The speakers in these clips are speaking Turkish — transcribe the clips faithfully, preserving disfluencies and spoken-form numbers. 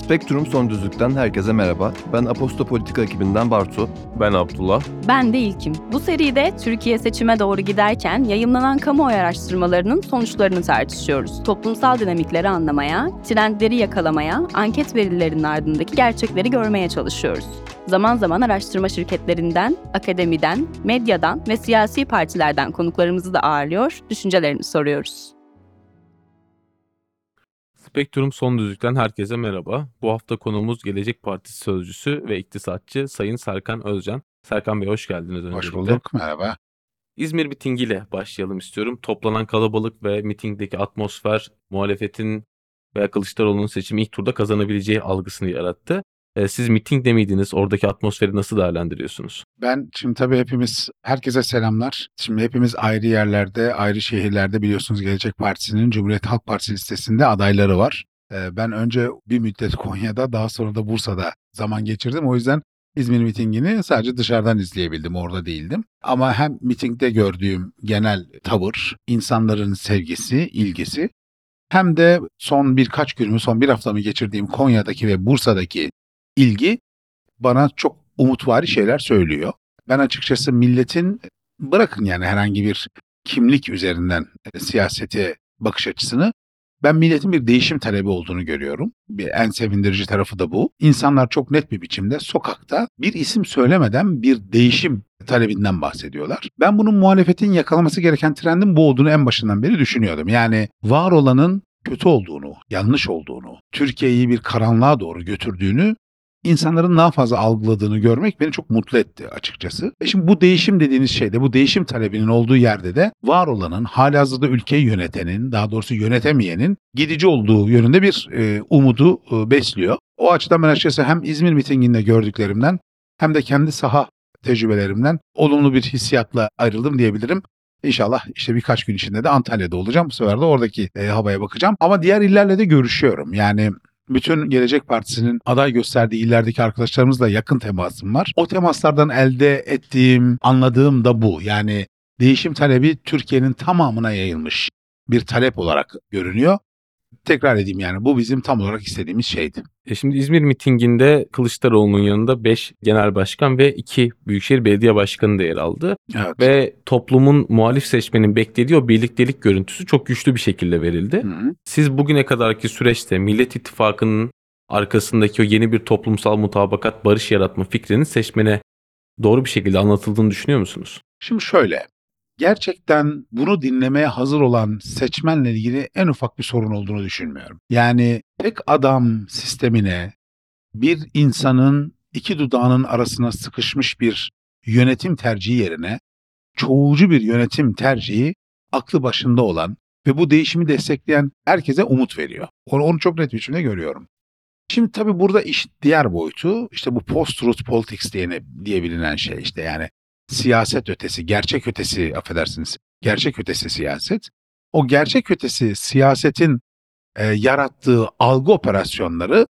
Spektrum Son Düzlük'ten herkese merhaba. Ben Aposto Politika ekibinden Bartu. Ben Abdullah. Ben de İlkim. Bu seride Türkiye seçime doğru giderken yayımlanan kamuoyu araştırmalarının sonuçlarını tartışıyoruz. Toplumsal dinamikleri anlamaya, trendleri yakalamaya, anket verilerinin ardındaki gerçekleri görmeye çalışıyoruz. Zaman zaman araştırma şirketlerinden, akademiden, medyadan ve siyasi partilerden konuklarımızı da ağırlıyor, düşüncelerini soruyoruz. Spektrum Son Düzlük'ten herkese merhaba. Bu hafta konuğumuz Gelecek Partisi Sözcüsü ve iktisatçı Sayın Serkan Özcan. Serkan Bey hoş geldiniz öncelikle. Hoş bulduk, merhaba. İzmir mitingiyle başlayalım istiyorum. Toplanan kalabalık ve mitingdeki atmosfer, muhalefetin veya Kılıçdaroğlu'nun seçimi ilk turda kazanabileceği algısını yarattı. Ee, siz mitingde miydiniz? Oradaki atmosferi nasıl değerlendiriyorsunuz? Ben şimdi tabii hepimiz, herkese selamlar. Şimdi hepimiz ayrı yerlerde, ayrı şehirlerde biliyorsunuz Gelecek Partisi'nin Cumhuriyet Halk Partisi listesinde adayları var. Ee, ben önce bir müddet Konya'da, daha sonra da Bursa'da zaman geçirdim. O yüzden İzmir mitingini sadece dışarıdan izleyebildim, orada değildim. Ama hem mitingde gördüğüm genel tavır, insanların sevgisi, ilgisi, hem de son birkaç günümü, son bir haftamı geçirdiğim Konya'daki ve Bursa'daki ilgi bana çok umutvari şeyler söylüyor. Ben açıkçası milletin, bırakın yani herhangi bir kimlik üzerinden e, siyasete bakış açısını, ben milletin bir değişim talebi olduğunu görüyorum. Bir, en sevindirici tarafı da bu. İnsanlar çok net bir biçimde sokakta bir isim söylemeden bir değişim talebinden bahsediyorlar. Ben bunun muhalefetin yakalaması gereken trendin bu olduğunu en başından beri düşünüyordum. Yani var olanın kötü olduğunu, yanlış olduğunu, Türkiye'yi bir karanlığa doğru götürdüğünü, İnsanların daha fazla algıladığını görmek beni çok mutlu etti açıkçası. Ve şimdi bu değişim dediğiniz şeyde, bu değişim talebinin olduğu yerde de var olanın, halihazırda ülkeyi yönetenin, daha doğrusu yönetemeyenin gidici olduğu yönünde bir e, umudu e, besliyor. O açıdan ben açıkçası hem İzmir mitinginde gördüklerimden hem de kendi saha tecrübelerimden olumlu bir hissiyatla ayrıldım diyebilirim. İnşallah işte birkaç gün içinde de Antalya'da olacağım. Bu sefer de oradaki e, havaya bakacağım. Ama diğer illerle de görüşüyorum. Yani bütün Gelecek Partisi'nin aday gösterdiği illerdeki arkadaşlarımızla yakın temasım var. O temaslardan elde ettiğim, anladığım da bu. Yani değişim talebi Türkiye'nin tamamına yayılmış bir talep olarak görünüyor. Tekrar edeyim, yani bu bizim tam olarak istediğimiz şeydi. E şimdi İzmir mitinginde Kılıçdaroğlu'nun yanında beş genel başkan ve iki büyükşehir belediye başkanı da yer aldı. Evet. Ve toplumun, muhalif seçmenin beklediği o birliktelik görüntüsü çok güçlü bir şekilde verildi. Hı hı. Siz bugüne kadarki süreçte Millet İttifakı'nın arkasındaki o yeni bir toplumsal mutabakat, barış yaratma fikrinin seçmene doğru bir şekilde anlatıldığını düşünüyor musunuz? Şimdi şöyle, gerçekten bunu dinlemeye hazır olan seçmenle ilgili en ufak bir sorun olduğunu düşünmüyorum. Yani tek adam sistemine, bir insanın iki dudağının arasına sıkışmış bir yönetim tercihi yerine çoğulcu bir yönetim tercihi aklı başında olan ve bu değişimi destekleyen herkese umut veriyor. Onu, onu çok net bir biçimde görüyorum. Şimdi tabii burada iş diğer boyutu, işte bu post-truth politics diye, diye bilinen şey, işte yani siyaset ötesi, gerçek ötesi, affedersiniz, gerçek ötesi siyaset. O gerçek ötesi siyasetin e, yarattığı algı operasyonları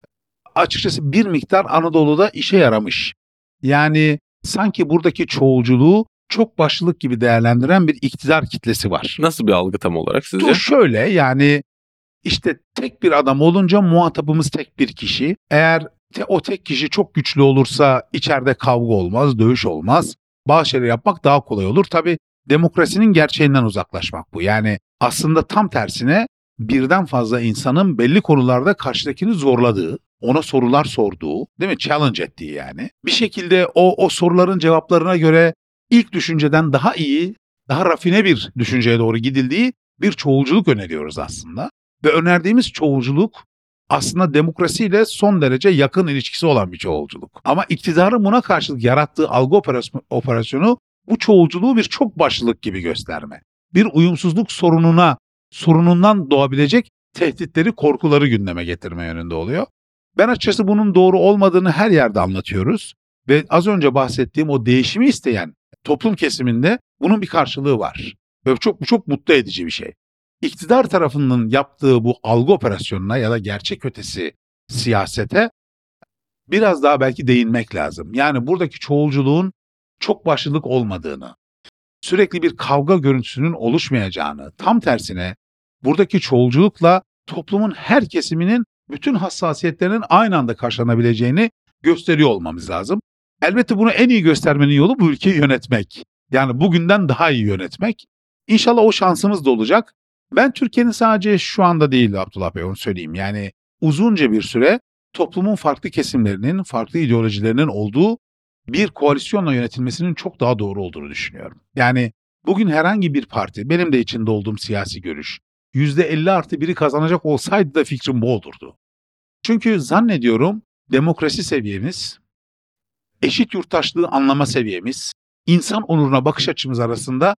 açıkçası bir miktar Anadolu'da işe yaramış. Yani sanki buradaki çoğulculuğu çok başlılık gibi değerlendiren bir iktidar kitlesi var. Nasıl bir algı tam olarak sizce? Bu şöyle, yani işte tek bir adam olunca muhatabımız tek bir kişi. Eğer te, o tek kişi çok güçlü olursa içeride kavga olmaz, dövüş olmaz. Bazı şeyler yapmak daha kolay olur. Tabii demokrasinin gerçeğinden uzaklaşmak bu. Yani aslında tam tersine birden fazla insanın belli konularda karşıdakini zorladığı, ona sorular sorduğu, değil mi? Challenge ettiği yani. Bir şekilde o o soruların cevaplarına göre ilk düşünceden daha iyi, daha rafine bir düşünceye doğru gidildiği bir çoğulculuk öneriyoruz aslında. Ve önerdiğimiz çoğulculuk aslında demokrasiyle son derece yakın ilişkisi olan bir çoğulculuk. Ama iktidarın buna karşılık yarattığı algı operasyonu bu çoğulculuğu bir çok başlılık gibi gösterme. Bir uyumsuzluk sorununa, sorunundan doğabilecek tehditleri, korkuları gündeme getirme yönünde oluyor. Ben açıkçası bunun doğru olmadığını her yerde anlatıyoruz. Ve az önce bahsettiğim o değişimi isteyen toplum kesiminde bunun bir karşılığı var. Ve çok, bu çok mutlu edici bir şey. İktidar tarafının yaptığı bu algı operasyonuna ya da gerçek ötesi siyasete biraz daha belki değinmek lazım. Yani buradaki çoğulculuğun çok başlılık olmadığını, sürekli bir kavga görüntüsünün oluşmayacağını, tam tersine buradaki çoğulculukla toplumun her kesiminin bütün hassasiyetlerin aynı anda karşılanabileceğini gösteriyor olmamız lazım. Elbette bunu en iyi göstermenin yolu bu ülkeyi yönetmek. Yani bugünden daha iyi yönetmek. İnşallah o şansımız da olacak. Ben Türkiye'nin sadece şu anda değil Abdullah Bey, onu söyleyeyim. Yani uzunca bir süre toplumun farklı kesimlerinin, farklı ideolojilerinin olduğu bir koalisyonla yönetilmesinin çok daha doğru olduğunu düşünüyorum. Yani bugün herhangi bir parti, benim de içinde olduğum siyasi görüş, yüzde elli artı biri kazanacak olsaydı da fikrim bu olurdu. Çünkü zannediyorum demokrasi seviyemiz, eşit yurttaşlığı anlama seviyemiz, insan onuruna bakış açımız arasında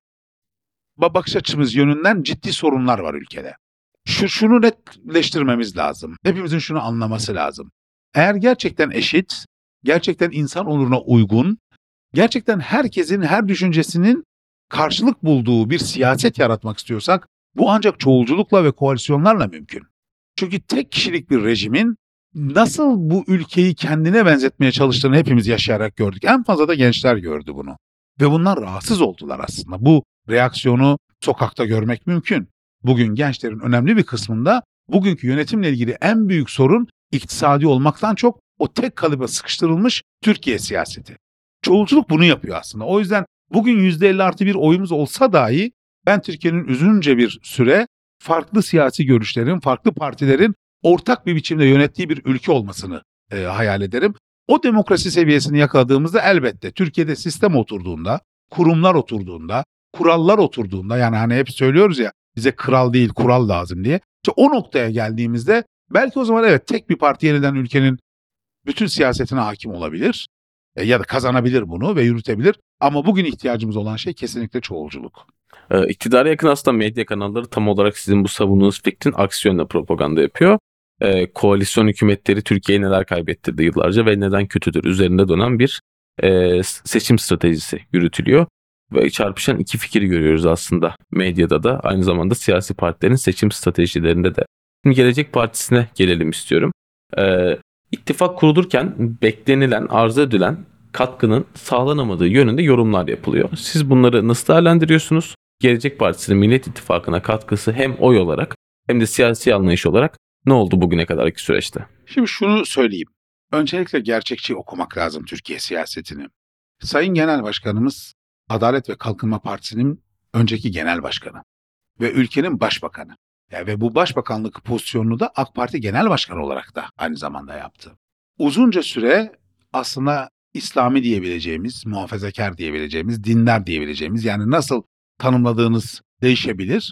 bakış açımız yönünden ciddi sorunlar var ülkede. Şu, şunu netleştirmemiz lazım. Hepimizin şunu anlaması lazım. Eğer gerçekten eşit, gerçekten insan onuruna uygun, gerçekten herkesin her düşüncesinin karşılık bulduğu bir siyaset yaratmak istiyorsak, bu ancak çoğulculukla ve koalisyonlarla mümkün. Çünkü tek kişilik bir rejimin nasıl bu ülkeyi kendine benzetmeye çalıştığını hepimiz yaşayarak gördük. En fazla da gençler gördü bunu. Ve bunlar rahatsız oldular aslında. Bu reaksiyonu sokakta görmek mümkün. Bugün gençlerin önemli bir kısmında bugünkü yönetimle ilgili en büyük sorun iktisadi olmaktan çok o tek kalıba sıkıştırılmış Türkiye siyaseti. Çoğulculuk bunu yapıyor aslında. O yüzden bugün yüzde elli artı bir oyumuz olsa dahi ben Türkiye'nin uzunca bir süre farklı siyasi görüşlerin, farklı partilerin ortak bir biçimde yönettiği bir ülke olmasını e, hayal ederim. O demokrasi seviyesini yakaladığımızda elbette Türkiye'de sistem oturduğunda, kurumlar oturduğunda, kurallar oturduğunda, yani hani hep söylüyoruz ya bize kral değil kural lazım diye. İşte o noktaya geldiğimizde belki o zaman evet tek bir parti yeniden ülkenin bütün siyasetine hakim olabilir e, ya da kazanabilir bunu ve yürütebilir. Ama bugün ihtiyacımız olan şey kesinlikle çoğulculuk. Ee, iktidara yakın aslında medya kanalları tam olarak sizin bu savunduğunuz fikrin aksi yönde propaganda yapıyor. Ee, koalisyon hükümetleri Türkiye'ye neler kaybettirdi yıllarca ve neden kötüdür üzerinde dönen bir e, seçim stratejisi yürütülüyor. Ve çarpışan iki fikri görüyoruz aslında medyada da, aynı zamanda siyasi partilerin seçim stratejilerinde de. Şimdi Gelecek Partisi'ne gelelim istiyorum. Ee, ittifak kurulurken beklenilen, arzu edilen katkının sağlanamadığı yönünde yorumlar yapılıyor. Siz bunları nasıl değerlendiriyorsunuz? Gelecek Partisi'nin Millet İttifakı'na katkısı hem oy olarak hem de siyasi anlayış olarak ne oldu bugüne kadarki süreçte? Şimdi şunu söyleyeyim. Öncelikle gerçekçi okumak lazım Türkiye siyasetini. Sayın Genel Başkanımız Adalet ve Kalkınma Partisi'nin önceki genel başkanı ve ülkenin başbakanı. Yani ve bu başbakanlık pozisyonunu da AK Parti Genel Başkanı olarak da aynı zamanda yaptı. Uzunca süre aslında İslami diyebileceğimiz, muhafazakar diyebileceğimiz, dindar diyebileceğimiz, yani nasıl tanımladığınız değişebilir,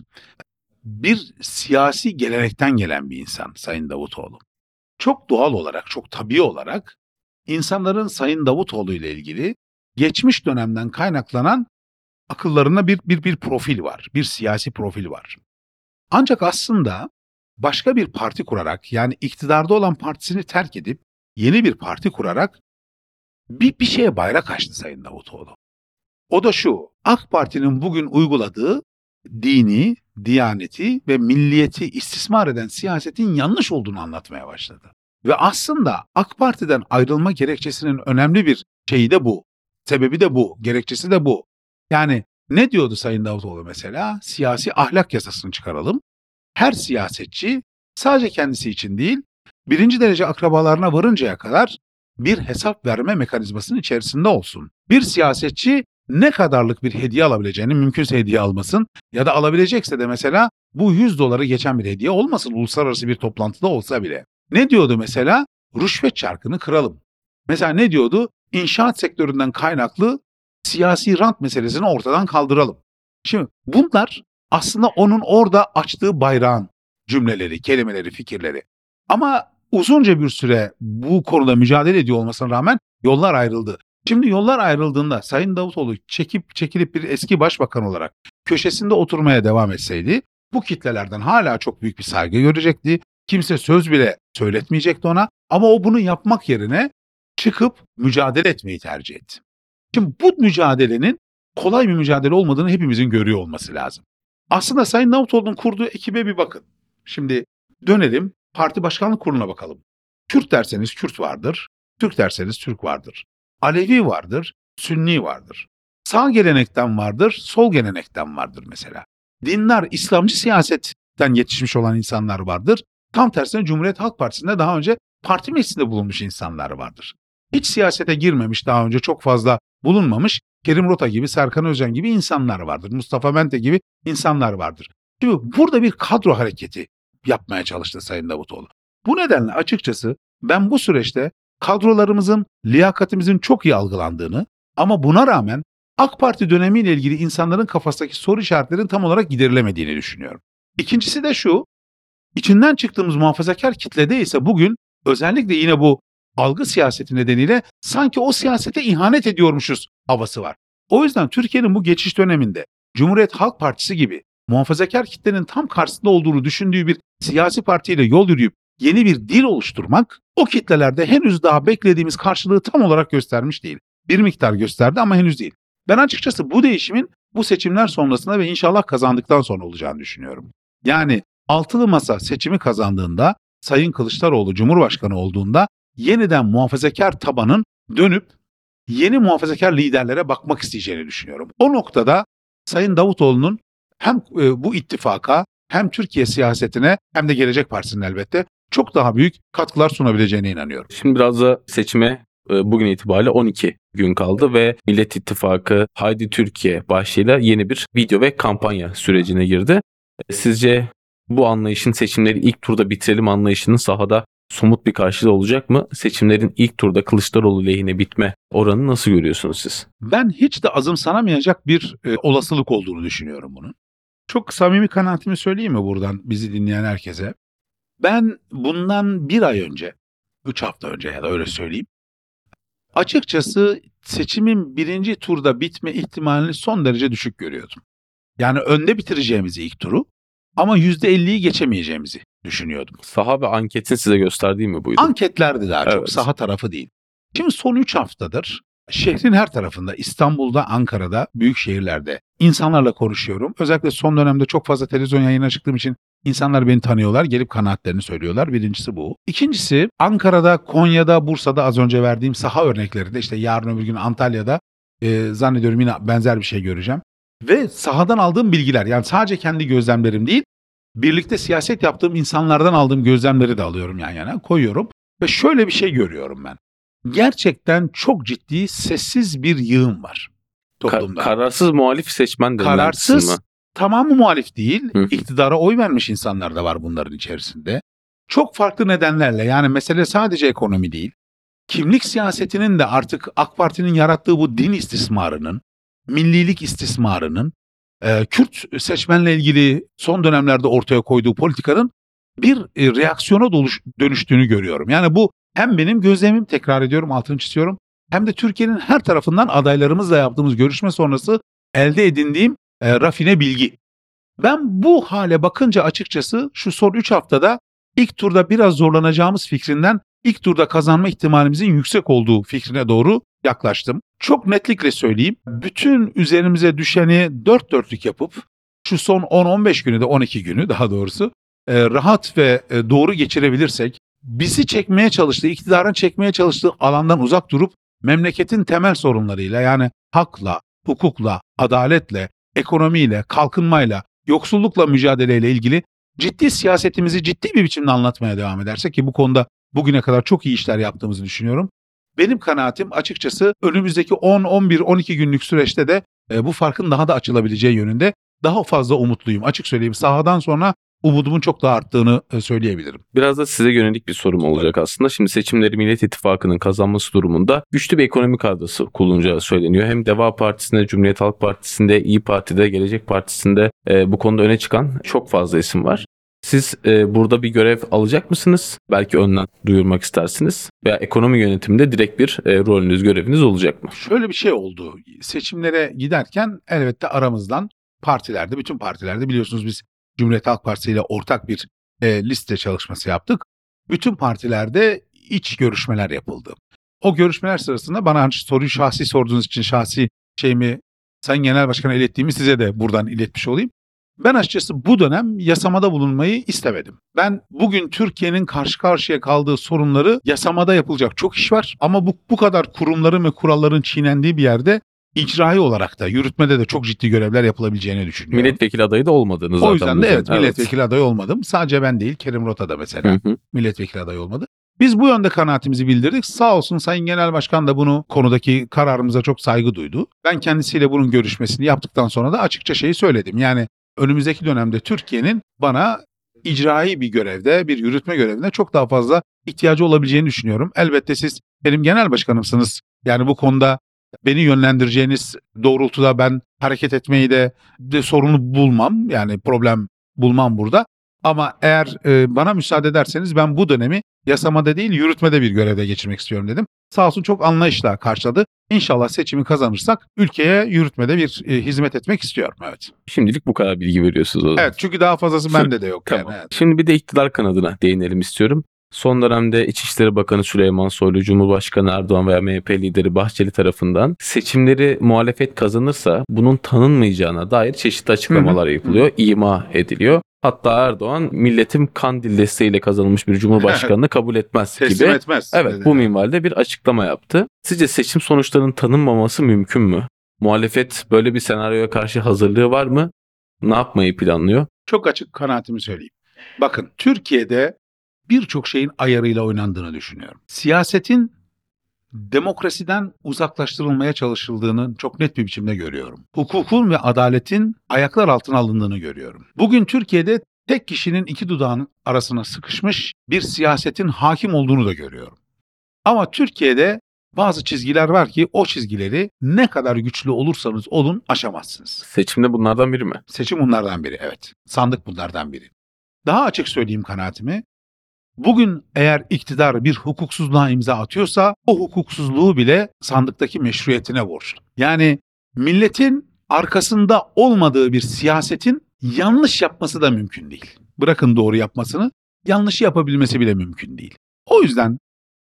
bir siyasi gelenekten gelen bir insan Sayın Davutoğlu. Çok doğal olarak, çok tabii olarak insanların Sayın Davutoğlu ile ilgili geçmiş dönemden kaynaklanan akıllarında bir, bir, bir profil var, bir siyasi profil var. Ancak aslında başka bir parti kurarak, yani iktidarda olan partisini terk edip yeni bir parti kurarak bir, bir şeye bayrak açtı Sayın Davutoğlu. O da şu, AK Parti'nin bugün uyguladığı dini, diyaneti ve milliyeti istismar eden siyasetin yanlış olduğunu anlatmaya başladı. Ve aslında AK Parti'den ayrılma gerekçesinin önemli bir şeyi de bu. Sebebi de bu, gerekçesi de bu. Yani ne diyordu Sayın Davutoğlu mesela? Siyasi ahlak yasasını çıkaralım. Her siyasetçi sadece kendisi için değil, birinci derece akrabalarına varıncaya kadar bir hesap verme mekanizmasının içerisinde olsun. Bir siyasetçi ne kadarlık bir hediye alabileceğini, mümkünse hediye almasın ya da alabilecekse de mesela bu yüz doları geçen bir hediye olmasın, uluslararası bir toplantıda olsa bile. Ne diyordu mesela? Rüşvet çarkını kıralım. Mesela ne diyordu? İnşaat sektöründen kaynaklı siyasi rant meselesini ortadan kaldıralım. Şimdi bunlar aslında onun orada açtığı bayrağın cümleleri, kelimeleri, fikirleri. Ama uzunca bir süre bu konuda mücadele ediyor olmasına rağmen yollar ayrıldı. Şimdi yollar ayrıldığında Sayın Davutoğlu çekip çekilip bir eski başbakan olarak köşesinde oturmaya devam etseydi bu kitlelerden hala çok büyük bir saygı görecekti. Kimse söz bile söyletmeyecekti ona, ama o bunu yapmak yerine çıkıp mücadele etmeyi tercih etti. Şimdi bu mücadelenin kolay bir mücadele olmadığını hepimizin görüyor olması lazım. Aslında Sayın Davutoğlu'nun kurduğu ekibe bir bakın. Şimdi dönelim parti başkanlık kuruluna bakalım. Kürt derseniz Kürt vardır, Türk derseniz Türk vardır. Alevi vardır, Sünni vardır. Sağ gelenekten vardır, sol gelenekten vardır mesela. Dindar, İslamcı siyasetten yetişmiş olan insanlar vardır. Tam tersine Cumhuriyet Halk Partisi'nde daha önce parti meclisinde bulunmuş insanlar vardır. Hiç siyasete girmemiş, daha önce çok fazla bulunmamış Kerim Rota gibi, Serkan Özcan gibi insanlar vardır. Mustafa Mente gibi insanlar vardır. Şimdi burada bir kadro hareketi yapmaya çalıştı Sayın Davutoğlu. Bu nedenle açıkçası ben bu süreçte kadrolarımızın, liyakatimizin çok iyi algılandığını ama buna rağmen AK Parti dönemiyle ilgili insanların kafasındaki soru işaretlerinin tam olarak giderilemediğini düşünüyorum. İkincisi de şu, içinden çıktığımız muhafazakar kitlede ise bugün özellikle yine bu algı siyaseti nedeniyle sanki o siyasete ihanet ediyormuşuz havası var. O yüzden Türkiye'nin bu geçiş döneminde Cumhuriyet Halk Partisi gibi muhafazakar kitlenin tam karşısında olduğunu düşündüğü bir siyasi partiyle yol yürüyüp yeni bir dil oluşturmak o kitlelerde henüz daha beklediğimiz karşılığı tam olarak göstermiş değil. Bir miktar gösterdi ama henüz değil. Ben açıkçası bu değişimin bu seçimler sonrasında ve inşallah kazandıktan sonra olacağını düşünüyorum. Yani altılı masa seçimi kazandığında, Sayın Kılıçdaroğlu Cumhurbaşkanı olduğunda yeniden muhafazakar tabanın dönüp yeni muhafazakar liderlere bakmak isteyeceğini düşünüyorum. O noktada Sayın Davutoğlu'nun hem bu ittifaka hem Türkiye siyasetine hem de Gelecek Partisi'nin elbette çok daha büyük katkılar sunabileceğine inanıyorum. Şimdi biraz da seçime bugün itibariyle on iki gün kaldı ve Millet İttifakı Haydi Türkiye başlığıyla yeni bir video ve kampanya sürecine girdi. Sizce bu anlayışın, seçimleri ilk turda bitirelim anlayışının sahada somut bir karşılığı olacak mı? Seçimlerin ilk turda Kılıçdaroğlu lehine bitme oranını nasıl görüyorsunuz siz? Ben hiç de azımsanamayacak bir e, olasılık olduğunu düşünüyorum bunun. Çok samimi kanaatimi söyleyeyim mi buradan bizi dinleyen herkese? Ben bundan bir ay önce, üç hafta önce ya da öyle söyleyeyim, açıkçası seçimin birinci turda bitme ihtimalini son derece düşük görüyordum. Yani önde bitireceğimizi ilk turu ama yüzde elliyi geçemeyeceğimizi düşünüyordum. Saha ve anketin size gösterdiği mi buydu? Anketlerdi daha çok, Evet. saha tarafı değil. Şimdi son üç haftadır şehrin her tarafında, İstanbul'da, Ankara'da, büyük şehirlerde insanlarla konuşuyorum. Özellikle son dönemde çok fazla televizyon yayına çıktığım için insanlar beni tanıyorlar, gelip kanaatlerini söylüyorlar. Birincisi bu. İkincisi Ankara'da, Konya'da, Bursa'da az önce verdiğim saha örneklerinde, işte yarın öbür gün Antalya'da e, zannediyorum yine benzer bir şey göreceğim. Ve sahadan aldığım bilgiler, yani sadece kendi gözlemlerim değil, birlikte siyaset yaptığım insanlardan aldığım gözlemleri de alıyorum yan yana, koyuyorum. Ve şöyle bir şey görüyorum ben. Gerçekten çok ciddi sessiz bir yığın var toplumda. Ka- kararsız muhalif seçmen denilen Kararsız, kısmı. tamamı muhalif değil, Hı hı. iktidara oy vermiş insanlar da var bunların içerisinde. Çok farklı nedenlerle, yani mesele sadece ekonomi değil. Kimlik siyasetinin de artık AK Parti'nin yarattığı bu din istismarının, millilik istismarının, e, Kürt seçmenle ilgili son dönemlerde ortaya koyduğu politikanın bir e, reaksiyona doluş, dönüştüğünü görüyorum. Yani bu hem benim gözlemim, tekrar ediyorum, altını çiziyorum, hem de Türkiye'nin her tarafından adaylarımızla yaptığımız görüşme sonrası elde edindiğim e, rafine bilgi. Ben bu hale bakınca açıkçası şu son üç haftada ilk turda biraz zorlanacağımız fikrinden ilk turda kazanma ihtimalimizin yüksek olduğu fikrine doğru yaklaştım. Çok netlikle söyleyeyim, bütün üzerimize düşeni dört dörtlük yapıp şu son on on beş günü de on iki günü daha doğrusu e, rahat ve e, doğru geçirebilirsek, bizi çekmeye çalıştığı, iktidarın çekmeye çalıştığı alandan uzak durup memleketin temel sorunlarıyla, yani hakla, hukukla, adaletle, ekonomiyle, kalkınmayla, yoksullukla mücadeleyle ilgili ciddi siyasetimizi ciddi bir biçimde anlatmaya devam edersek, ki bu konuda bugüne kadar çok iyi işler yaptığımızı düşünüyorum. Benim kanaatim açıkçası önümüzdeki on on bir on iki günlük süreçte de e, bu farkın daha da açılabileceği yönünde daha fazla umutluyum. Açık söyleyeyim, sahadan sonra umudumun çok daha arttığını e, söyleyebilirim. Biraz da size yönelik bir sorum olacak aslında. Şimdi seçimleri Millet İttifakı'nın kazanması durumunda güçlü bir ekonomi kadrosu kullanacağı söyleniyor. Hem Deva Partisi'nde, Cumhuriyet Halk Partisi'nde, İYİ Parti'de, Gelecek Partisi'nde e, bu konuda öne çıkan çok fazla isim var. Siz e, burada bir görev alacak mısınız? Belki önden duyurmak istersiniz. Veya ekonomi yönetiminde direkt bir e, rolünüz, göreviniz olacak mı? Şöyle bir şey oldu. Seçimlere giderken elbette aramızdan partilerde, bütün partilerde biliyorsunuz biz Cumhuriyet Halk Partisi ile ortak bir e, liste çalışması yaptık. Bütün partilerde iç görüşmeler yapıldı. O görüşmeler sırasında bana soruyu şahsi sorduğunuz için şahsi şeyimi Sayın Genel Başkan'a ilettiğimi size de buradan iletmiş olayım. Ben açıkçası bu dönem yasamada bulunmayı istemedim. Ben bugün Türkiye'nin karşı karşıya kaldığı sorunları yasamada yapılacak çok iş var. Ama bu, bu kadar kurumların ve kuralların çiğnendiği bir yerde icraî olarak da yürütmede de çok ciddi görevler yapılabileceğini düşünüyorum. Milletvekili adayı da olmadınız zaten. O yüzden bu de sene. evet milletvekili adayı olmadım. Sadece ben değil, Kerim Rota da mesela Hı hı. milletvekili adayı olmadı. Biz bu yönde kanaatimizi bildirdik. Sağ olsun Sayın Genel Başkan da bunu konudaki kararımıza çok saygı duydu. Ben kendisiyle bunun görüşmesini yaptıktan sonra da açıkça şeyi söyledim. Yani önümüzdeki dönemde Türkiye'nin bana icraî bir görevde, bir yürütme görevinde çok daha fazla ihtiyacı olabileceğini düşünüyorum. Elbette siz benim genel başkanımsınız. Yani bu konuda beni yönlendireceğiniz doğrultuda ben hareket etmeyi de, de sorunu bulmam. Yani problem bulmam burada. Ama eğer e, bana müsaade ederseniz ben bu dönemi yasamada değil yürütmede bir görevde geçirmek istiyorum dedim. Sağ olsun çok anlayışla karşıladı. İnşallah seçimi kazanırsak ülkeye yürütmede bir e, hizmet etmek istiyorum. Evet. Şimdilik bu kadar bilgi veriyorsunuz o zaman. Evet, çünkü daha fazlası bende de yok. Tamam. Yani, evet. Şimdi bir de iktidar kanadına değinelim istiyorum. Son dönemde İçişleri Bakanı Süleyman Soylu, Cumhurbaşkanı Erdoğan veya M H P lideri Bahçeli tarafından seçimleri muhalefet kazanırsa bunun tanınmayacağına dair çeşitli açıklamalar yapılıyor, ima ediliyor. Hatta Erdoğan milletim Kandil desteğiyle kazanılmış bir cumhurbaşkanını kabul etmez Teslim gibi. etmez. Evet, bu minvalde bir açıklama yaptı. Sizce seçim sonuçlarının tanınmaması mümkün mü? Muhalefet böyle bir senaryoya karşı hazırlığı var mı? Ne yapmayı planlıyor? Çok açık kanaatimi söyleyeyim. Bakın Türkiye'de birçok şeyin ayarıyla oynandığını düşünüyorum. Siyasetin demokrasiden uzaklaştırılmaya çalışıldığını çok net bir biçimde görüyorum. Hukukun ve adaletin ayaklar altına alındığını görüyorum. Bugün Türkiye'de tek kişinin iki dudağının arasına sıkışmış bir siyasetin hakim olduğunu da görüyorum. Ama Türkiye'de bazı çizgiler var ki o çizgileri ne kadar güçlü olursanız olun aşamazsınız. Seçimde bunlardan biri mi? Seçim bunlardan biri, evet. Sandık bunlardan biri. Daha açık söyleyeyim kanaatimi. Bugün eğer iktidar bir hukuksuzluğa imza atıyorsa o hukuksuzluğu bile sandıktaki meşruiyetine borçlu. Yani milletin arkasında olmadığı bir siyasetin yanlış yapması da mümkün değil. Bırakın doğru yapmasını, yanlışı yapabilmesi bile mümkün değil. O yüzden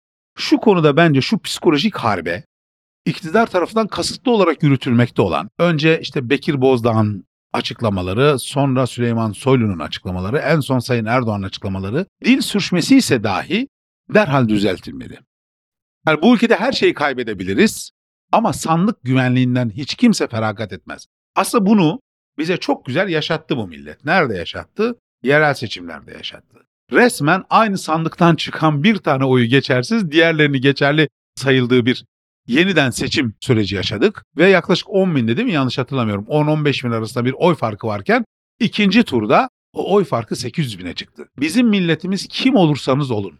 şu konuda bence şu psikolojik harbe iktidar tarafından kasıtlı olarak yürütülmekte olan, önce işte Bekir Bozdağ'ın açıklamaları, sonra Süleyman Soylu'nun açıklamaları, en son Sayın Erdoğan'ın açıklamaları, dil sürçmesi ise dahi derhal düzeltilmeli. Yani bu ülkede her şeyi kaybedebiliriz ama sandık güvenliğinden hiç kimse feragat etmez. Aslında bunu bize çok güzel yaşattı bu millet. Nerede yaşattı? Yerel seçimlerde yaşattı. Resmen aynı sandıktan çıkan bir tane oyu geçersiz, diğerlerini geçerli sayıldığı bir yeniden seçim süreci yaşadık ve yaklaşık on binde, değil mi, yanlış hatırlamıyorum, on on beş bin arasında bir oy farkı varken ikinci turda o oy farkı sekiz yüz bine çıktı. Bizim milletimiz kim olursanız olun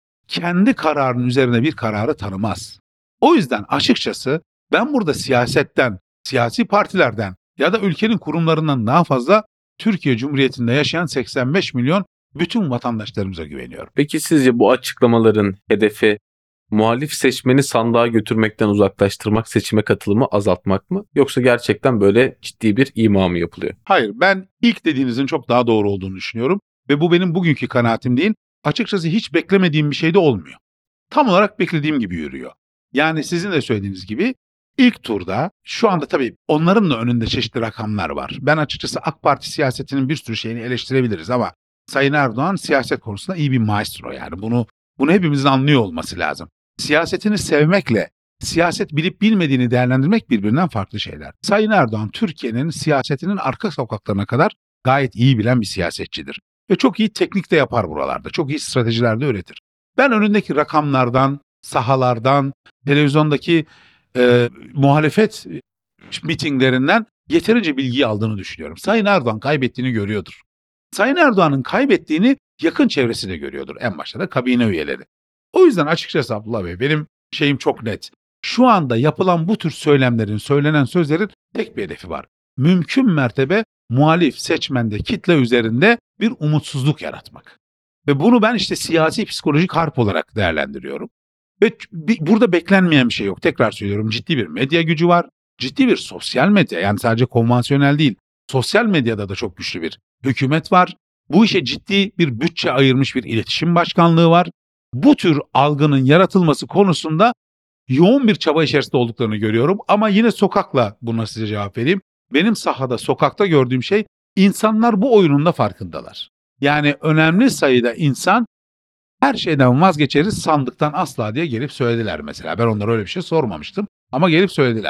kendi kararının üzerine bir kararı tanımaz. O yüzden açıkçası ben burada siyasetten, siyasi partilerden ya da ülkenin kurumlarından daha fazla Türkiye Cumhuriyeti'nde yaşayan seksen beş milyon bütün vatandaşlarımıza güveniyorum. Peki sizce bu açıklamaların hedefi muhalif seçmeni sandığa götürmekten uzaklaştırmak, seçime katılımı azaltmak mı? Yoksa gerçekten böyle ciddi bir ima mı yapılıyor? Hayır, ben ilk dediğinizin çok daha doğru olduğunu düşünüyorum ve bu benim bugünkü kanaatim değil. Açıkçası hiç beklemediğim bir şey de olmuyor. Tam olarak beklediğim gibi yürüyor. Yani sizin de söylediğiniz gibi ilk turda şu anda tabii onların da önünde çeşitli rakamlar var. Ben açıkçası AK Parti siyasetinin bir sürü şeyini eleştirebiliriz ama Sayın Erdoğan siyaset konusunda iyi bir maestro, yani bunu bunu hepimizin anlıyor olması lazım. Siyasetini sevmekle siyaset bilip bilmediğini değerlendirmek birbirinden farklı şeyler. Sayın Erdoğan Türkiye'nin siyasetinin arka sokaklarına kadar gayet iyi bilen bir siyasetçidir. Ve çok iyi teknik de yapar buralarda. Çok iyi stratejiler de üretir. Ben önündeki rakamlardan, sahalardan, televizyondaki e, muhalefet mitinglerinden yeterince bilgiyi aldığını düşünüyorum. Sayın Erdoğan kaybettiğini görüyordur. Sayın Erdoğan'ın kaybettiğini yakın çevresi de görüyordur. En başta da kabine üyeleri. O yüzden açıkçası Abdullah Bey, benim şeyim çok net. Şu anda yapılan bu tür söylemlerin, söylenen sözlerin tek bir hedefi var. Mümkün mertebe muhalif seçmende, kitle üzerinde bir umutsuzluk yaratmak. Ve bunu ben işte siyasi psikolojik harp olarak değerlendiriyorum. Ve burada beklenmeyen bir şey yok. Tekrar söylüyorum, ciddi bir medya gücü var. Ciddi bir sosyal medya, yani sadece konvansiyonel değil. Sosyal medyada da çok güçlü bir hükümet var. Bu işe ciddi bir bütçe ayırmış bir iletişim başkanlığı var. Bu tür algının yaratılması konusunda yoğun bir çaba içerisinde olduklarını görüyorum. Ama yine sokakla buna size cevap vereyim. Benim sahada, sokakta gördüğüm şey, insanlar bu oyunun da farkındalar. Yani önemli sayıda insan her şeyden vazgeçeriz, sandıktan asla diye gelip söylediler mesela. Ben onlara öyle bir şey sormamıştım ama gelip söylediler.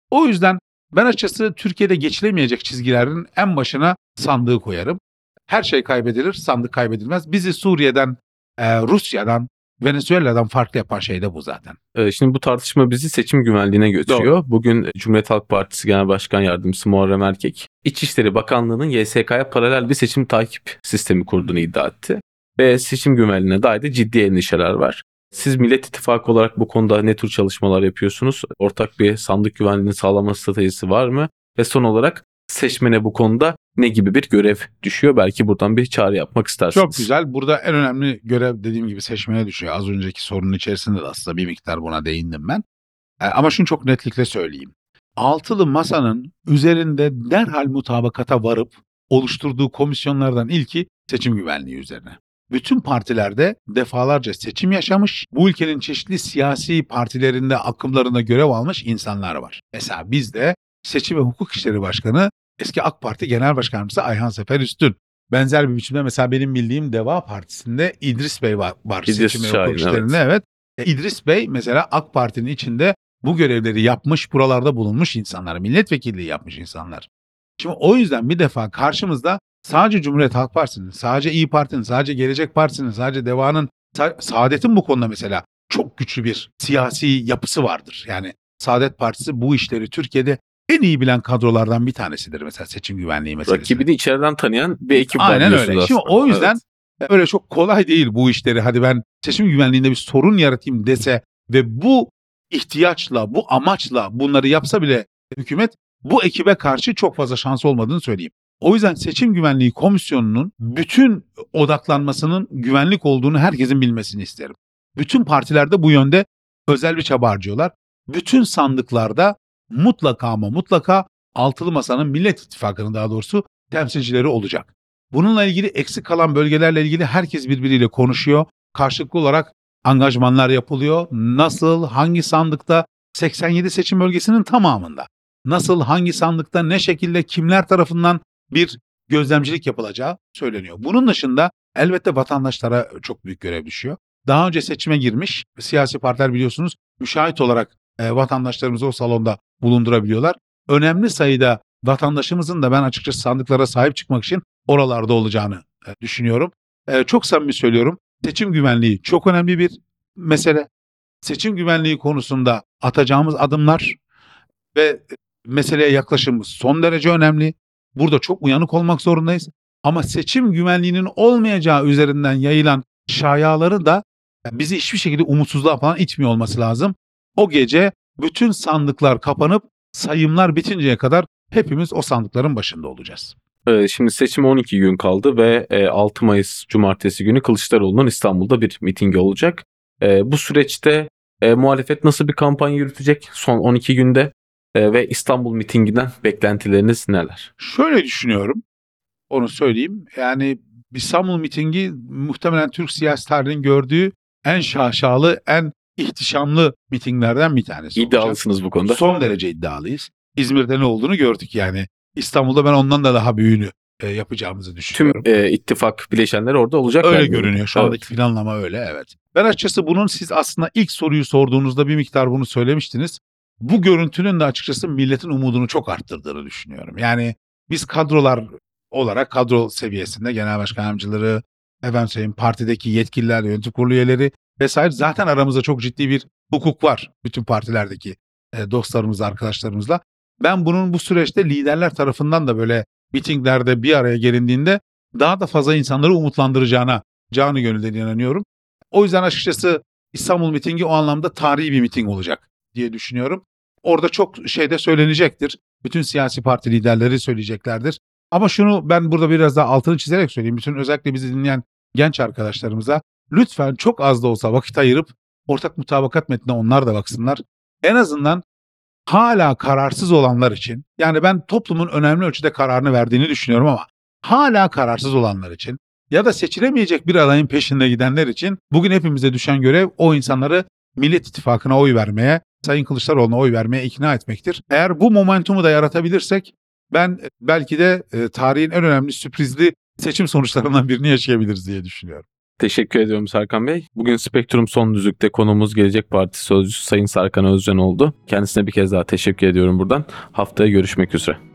O yüzden ben açıkçası Türkiye'de geçilemeyecek çizgilerin en başına sandığı koyarım. Her şey kaybedilir, sandık kaybedilmez. Bizi Suriye'den, e, Rusya'dan, Venezuela'dan farklı yapan şey de bu zaten. Ee, Şimdi bu tartışma bizi seçim güvenliğine götürüyor. Bugün Cumhuriyet Halk Partisi Genel Başkan Yardımcısı Muharrem Erkek, İçişleri Bakanlığı'nın Y S K'ya paralel bir seçim takip sistemi kurduğunu iddia etti. Ve seçim güvenliğine dair de ciddi endişeler var. Siz Millet İttifakı olarak bu konuda ne tür çalışmalar yapıyorsunuz? Ortak bir sandık güvenliğini sağlama stratejisi var mı? Ve son olarak seçmene bu konuda ne gibi bir görev düşüyor? Belki buradan bir çağrı yapmak istersiniz. Çok güzel. Burada en önemli görev dediğim gibi seçmene düşüyor. Az önceki sorunun içerisinde de aslında bir miktar buna değindim ben. E, ama şunu çok netlikle söyleyeyim. Altılı Masa'nın üzerinde derhal mutabakata varıp oluşturduğu komisyonlardan ilki seçim güvenliği üzerine. Bütün partilerde defalarca seçim yaşamış, bu ülkenin çeşitli siyasi partilerinde, akımlarında görev almış insanlar var. Mesela bizde Seçim ve Hukuk İşleri Başkanı eski AK Parti Genel Başkanımız Ayhan Sefer Üstün. Benzer bir biçimde mesela benim bildiğim Deva Partisi'nde İdris Bey var, var İdris seçim ve Şahin, hukuk işlerinde. Evet. E, İdris Bey mesela AK Parti'nin içinde bu görevleri yapmış, buralarda bulunmuş insanlar, milletvekilliği yapmış insanlar. Şimdi o yüzden bir defa karşımızda sadece Cumhuriyet Halk Partisi'nin, sadece İyi Parti'nin, sadece Gelecek Partisi'nin, sadece Deva'nın, Sa- Saadet'in bu konuda mesela çok güçlü bir siyasi yapısı vardır. Yani Saadet Partisi bu işleri Türkiye'de en iyi bilen kadrolardan bir tanesidir mesela seçim güvenliği meselesi. Rakibini içeriden tanıyan bir ekip var Aynen diyorsunuz öyle. Şimdi aslında. o yüzden Evet. öyle çok kolay değil bu işleri. Hadi ben seçim güvenliğinde bir sorun yaratayım dese ve bu ihtiyaçla, bu amaçla bunları yapsa bile hükümet bu ekibe karşı çok fazla şansı olmadığını söyleyeyim. O yüzden Seçim Güvenliği Komisyonu'nun bütün odaklanmasının güvenlik olduğunu herkesin bilmesini isterim. Bütün partilerde bu yönde özel bir çaba harcıyorlar. Bütün sandıklarda mutlaka ama mutlaka Altılı Masa'nın, Millet İttifakı'nın daha doğrusu temsilcileri olacak. Bununla ilgili eksik kalan bölgelerle ilgili herkes birbiriyle konuşuyor. Karşılıklı olarak angajmanlar yapılıyor. Nasıl, hangi sandıkta? seksen yedi seçim bölgesinin tamamında. Nasıl, hangi sandıkta, ne şekilde, kimler tarafından bir gözlemcilik yapılacağı söyleniyor. Bunun dışında elbette vatandaşlara çok büyük görev düşüyor. Daha önce seçime girmiş siyasi partiler biliyorsunuz müşahit olarak e, vatandaşlarımızı o salonda bulundurabiliyorlar. Önemli sayıda vatandaşımızın da ben açıkçası sandıklara sahip çıkmak için oralarda olacağını e, düşünüyorum. E, çok samimi söylüyorum. Seçim güvenliği çok önemli bir mesele. Seçim güvenliği konusunda atacağımız adımlar ve meseleye yaklaşımımız son derece önemli. Burada çok uyanık olmak zorundayız. Ama seçim güvenliğinin olmayacağı üzerinden yayılan şayaları da bizi hiçbir şekilde umutsuzluğa falan itmiyor olması lazım. O gece bütün sandıklar kapanıp sayımlar bitinceye kadar hepimiz o sandıkların başında olacağız. Ee, Şimdi seçime on iki gün kaldı ve e, altı Mayıs Cumartesi günü Kılıçdaroğlu'nun İstanbul'da bir mitingi olacak. E, Bu süreçte e, muhalefet nasıl bir kampanya yürütecek son on iki günde E, ve İstanbul mitinginden beklentileriniz neler? Şöyle düşünüyorum, onu söyleyeyim. Yani İstanbul mitingi muhtemelen Türk siyasi tarihinin gördüğü en şaşalı, en ihtişamlı mitinglerden bir tanesi olacak. İddialısınız bu konuda. Son derece iddialıyız. İzmir'de ne olduğunu gördük yani. İstanbul'da ben ondan da daha büyüğünü e, yapacağımızı Tüm düşünüyorum. e, ittifak bileşenleri orada olacak. Öyle yani. görünüyor. Şu andaki Evet. planlama öyle, evet. Ben açıkçası bunun siz aslında ilk soruyu sorduğunuzda bir miktar bunu söylemiştiniz. Bu görüntünün de açıkçası milletin umudunu çok arttırdığını düşünüyorum. Yani biz kadrolar olarak kadro seviyesinde genel başkan yardımcıları, efendim söyleyeyim partideki yetkililer, yönetim kurulu üyeleri vesaire zaten aramızda çok ciddi bir hukuk var. Bütün partilerdeki e, dostlarımızla, arkadaşlarımızla. Ben bunun bu süreçte liderler tarafından da böyle mitinglerde bir araya gelindiğinde daha da fazla insanları umutlandıracağına canı gönülden inanıyorum. O yüzden açıkçası İstanbul mitingi o anlamda tarihi bir miting olacak diye düşünüyorum. Orada çok şey de söylenecektir. Bütün siyasi parti liderleri söyleyeceklerdir. Ama şunu ben burada biraz daha altını çizerek söyleyeyim. Bütün özellikle bizi dinleyen genç arkadaşlarımıza lütfen çok az da olsa vakit ayırıp ortak mutabakat metnine onlar da baksınlar. En azından hala kararsız olanlar için, yani ben toplumun önemli ölçüde kararını verdiğini düşünüyorum ama hala kararsız olanlar için ya da seçilemeyecek bir adayın peşinde gidenler için bugün hepimize düşen görev o insanları Millet İttifakı'na oy vermeye, Sayın Kılıçdaroğlu'na oy vermeye ikna etmektir. Eğer bu momentumu da yaratabilirsek ben belki de e, tarihin en önemli sürprizli seçim sonuçlarından birini yaşayabiliriz diye düşünüyorum. Teşekkür ediyorum Serkan Bey. Bugün Spektrum Son Düzlük'te konuğumuz Gelecek Partisi Sözcüsü Sayın Serkan Özcan oldu. Kendisine bir kez daha teşekkür ediyorum buradan. Haftaya görüşmek üzere.